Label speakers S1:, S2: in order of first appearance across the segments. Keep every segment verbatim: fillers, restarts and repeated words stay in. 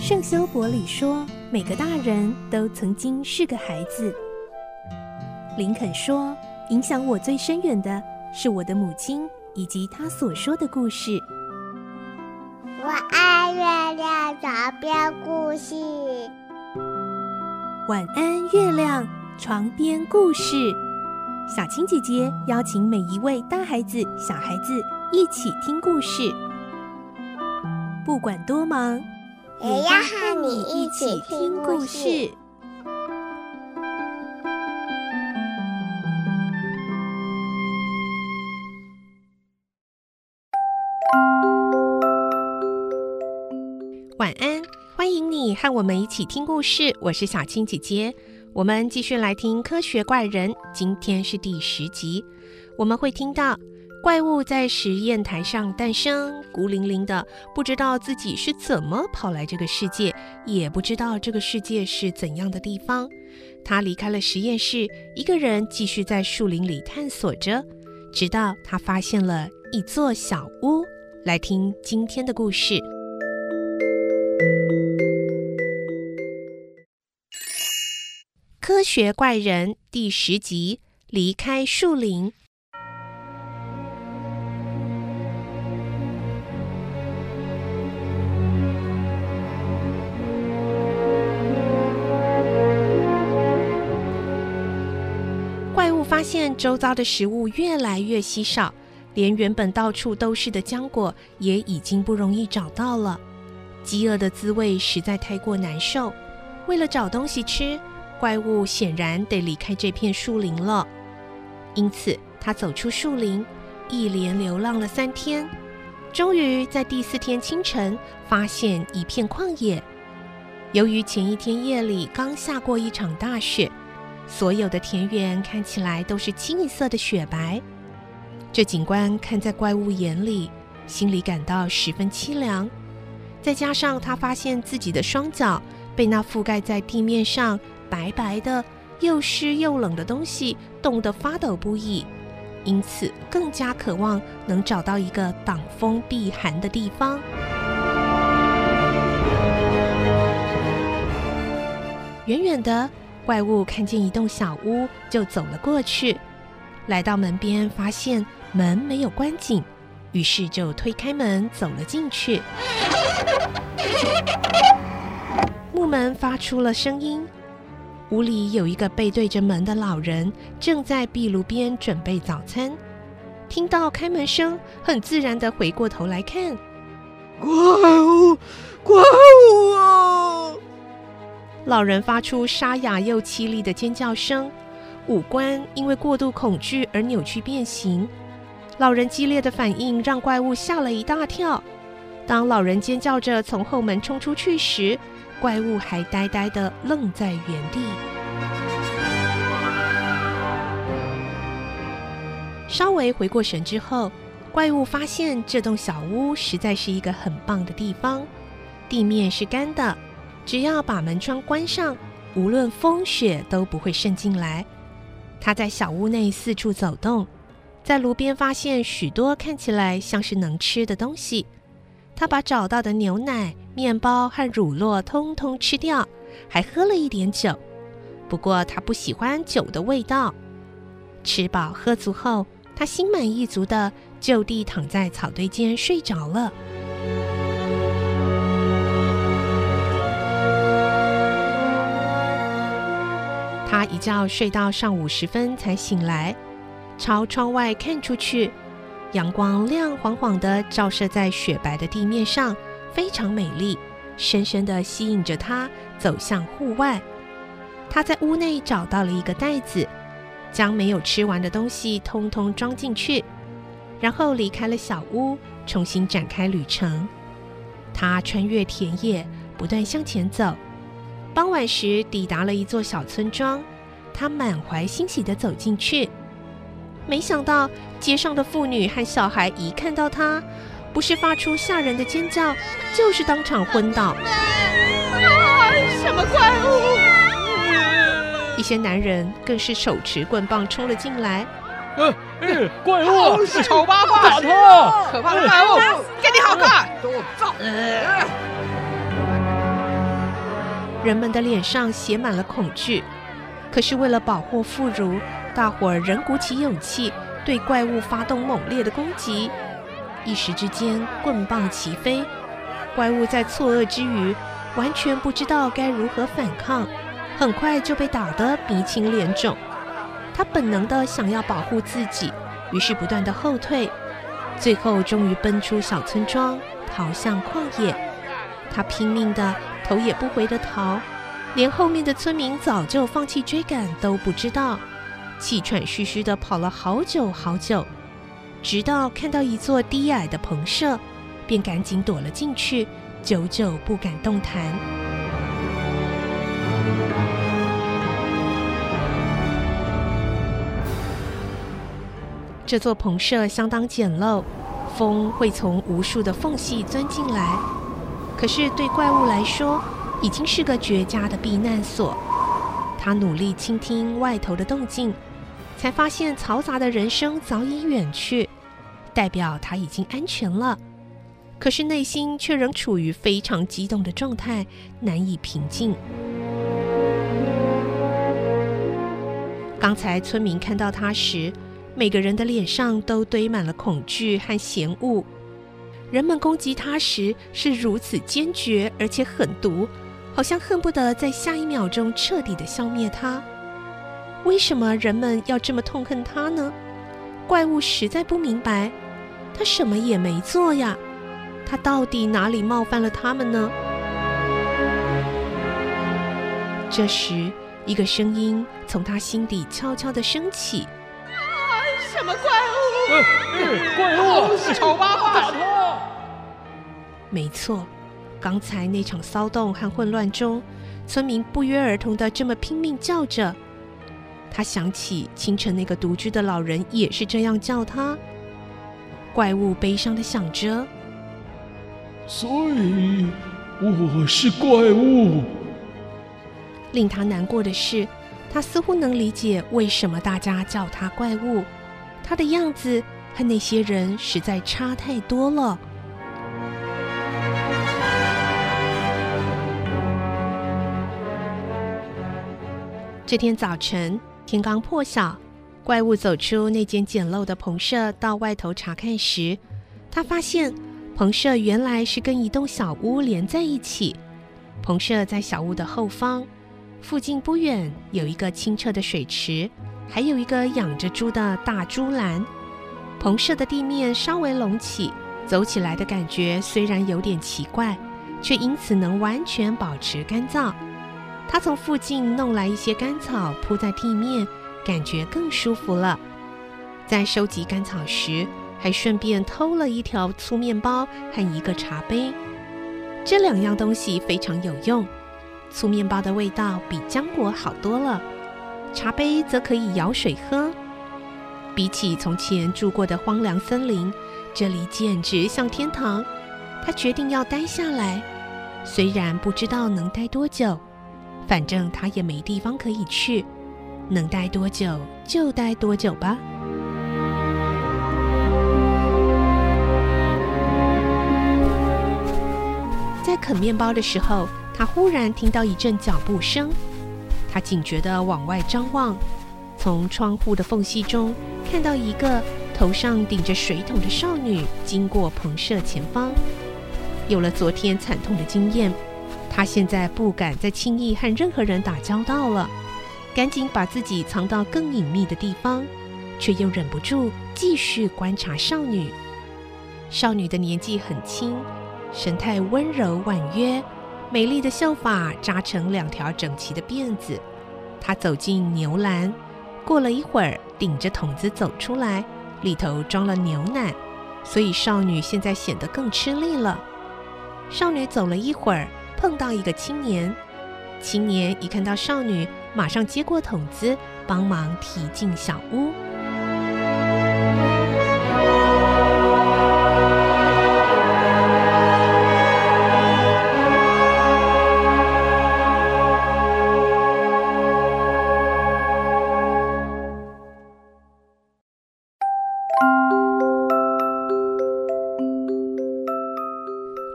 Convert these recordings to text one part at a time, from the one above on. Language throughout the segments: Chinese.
S1: 圣修伯里说，每个大人都曾经是个孩子。林肯说，影响我最深远的是我的母亲以及她所说的故事。
S2: 我爱月亮床边故事。
S1: 晚安，月亮床边故事。小青姐姐邀请每一位大孩子、小孩子一起听故事，不管多忙，
S2: 也要和你一起听故事。
S3: 晚安，欢迎你和我们一起听故事，我是小青姐姐。我们继续来听科学怪人，今天是第十集。我们会听到怪物在实验台上诞生，孤零零的，不知道自己是怎么跑来这个世界，也不知道这个世界是怎样的地方。他离开了实验室，一个人继续在树林里探索着，直到他发现了一座小屋。来听今天的故事。科学怪人第十集，离开树林。怪物发现周遭的食物越来越稀少，连原本到处都是的浆果也已经不容易找到了。饥饿的滋味实在太过难受，为了找东西吃，怪物显然得离开这片树林了。因此他走出树林，一连流浪了三天，终于在第四天清晨发现一片旷野。由于前一天夜里刚下过一场大雪，所有的田园看起来都是清一色的雪白。这景观看在怪物眼里，心里感到十分凄凉。再加上他发现自己的双脚被那覆盖在地面上白白的又湿又冷的东西冻得发抖不已，因此更加渴望能找到一个挡风避寒的地方。远远的，怪物看见一栋小屋，就走了过去。来到门边，发现门没有关紧，于是就推开门走了进去。木门发出了声音，屋里有一个背对着门的老人，正在壁炉边准备早餐。听到开门声，很自然地回过头来看。
S4: 怪物，怪物啊！
S3: 老人发出沙哑又凄厉的尖叫声，五官因为过度恐惧而扭曲变形。老人激烈的反应让怪物吓了一大跳。当老人尖叫着从后门冲出去时，怪物还呆呆地愣在原地。稍微回过神之后，怪物发现这栋小屋实在是一个很棒的地方，地面是干的，只要把门窗关上，无论风雪都不会渗进来。他在小屋内四处走动，在炉边发现许多看起来像是能吃的东西。他把找到的牛奶、面包和乳酪通通吃掉，还喝了一点酒。不过他不喜欢酒的味道。吃饱喝足后，他心满意足地就地躺在草堆间睡着了。他一觉睡到上午时分才醒来，朝窗外看出去，阳光亮晃晃地照射在雪白的地面上，非常美丽，深深地吸引着他走向户外。他在屋内找到了一个袋子，将没有吃完的东西通通装进去，然后离开了小屋，重新展开旅程。他穿越田野，不断向前走。傍晚时抵达了一座小村庄，他满怀欣喜地走进去。没想到街上的妇女和小孩一看到他，不是发出吓人的尖叫，就是当场昏倒。
S4: 啊！什么怪物！
S3: 一些男人更是手持棍棒冲了进来。
S5: 呃，呃，怪物，
S4: 丑八怪，
S5: 打他！
S4: 可怕的怪物，给你好看！
S5: 都造！
S3: 人们的脸上写满了恐惧。可是为了保护妇孺，大伙儿仍鼓起勇气对怪物发动猛烈的攻击。一时之间，棍棒齐飞，怪物在错愕之余，完全不知道该如何反抗，很快就被打得鼻青脸肿。他本能地想要保护自己，于是不断地后退，最后终于奔出小村庄，逃向旷野。他拼命地头也不回地逃，连后面的村民早就放弃追赶都不知道，气喘吁吁地跑了好久好久，直到看到一座低矮的棚舍，便赶紧躲了进去，久久不敢动弹。这座棚舍相当简陋，风会从无数的缝隙钻进来，可是对怪物来说，已经是个绝佳的避难所。他努力倾听外头的动静，才发现嘈杂的人声早已远去，代表他已经安全了。可是内心却仍处于非常激动的状态，难以平静。刚才村民看到他时，每个人的脸上都堆满了恐惧和嫌恶。人们攻击他时是如此坚决而且狠毒，好像恨不得在下一秒钟彻底的消灭他。为什么人们要这么痛恨他呢？怪物实在不明白，他什么也没做呀，他到底哪里冒犯了他们呢？这时，一个声音从他心底悄悄地升起：
S4: 什么怪物？
S5: 呃、怪物！
S4: 丑八怪！
S5: 打他！
S3: 没错，刚才那场骚动和混乱中，村民不约而同地这么拼命叫着。他想起清晨那个独居的老人也是这样叫他。怪物悲伤地想着：
S5: 所以我是怪物。
S3: 令他难过的是，他似乎能理解为什么大家叫他怪物。他的样子和那些人实在差太多了。这天早晨，天刚破晓，怪物走出那间简陋的棚舍，到外头查看时，他发现棚舍原来是跟一栋小屋连在一起。棚舍在小屋的后方，附近不远有一个清澈的水池，还有一个养着猪的大猪栏。棚舍的地面稍微隆起，走起来的感觉虽然有点奇怪，却因此能完全保持干燥。他从附近弄来一些干草铺在地面，感觉更舒服了。在收集干草时，还顺便偷了一条粗面包和一个茶杯。这两样东西非常有用，粗面包的味道比浆果好多了，茶杯则可以舀水喝。比起从前住过的荒凉森林，这里简直像天堂。他决定要待下来，虽然不知道能待多久，反正他也没地方可以去，能待多久就待多久吧。在啃面包的时候，他忽然听到一阵脚步声，他警觉地往外张望，从窗户的缝隙中看到一个头上顶着水桶的少女经过棚舍前方。有了昨天惨痛的经验，他现在不敢再轻易和任何人打交道了，赶紧把自己藏到更隐秘的地方，却又忍不住继续观察少女。少女的年纪很轻，神态温柔婉约，美丽的秀发扎成两条整齐的辫子。她走进牛栏，过了一会儿，顶着桶子走出来，里头装了牛奶，所以少女现在显得更吃力了。少女走了一会儿，碰到一个青年，青年一看到少女，马上接过桶子，帮忙提进小屋。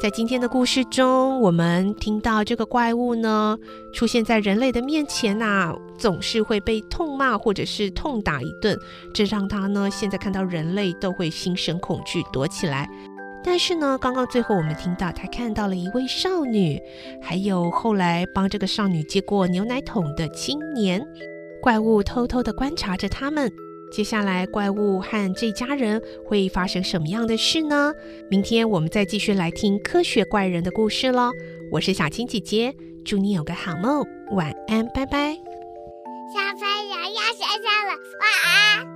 S3: 在今天的故事中，我们听到这个怪物呢出现在人类的面前啊，总是会被痛骂或者是痛打一顿，这让他呢现在看到人类都会心生恐惧，躲起来。但是呢，刚刚最后我们听到他看到了一位少女，还有后来帮这个少女接过牛奶桶的青年。怪物偷偷地观察着他们，接下来怪物和这家人会发生什么样的事呢？明天我们再继续来听科学怪人的故事咯。我是小青姐姐，祝你有个好梦，晚安，拜拜。
S2: 小朋友要睡觉了，晚安。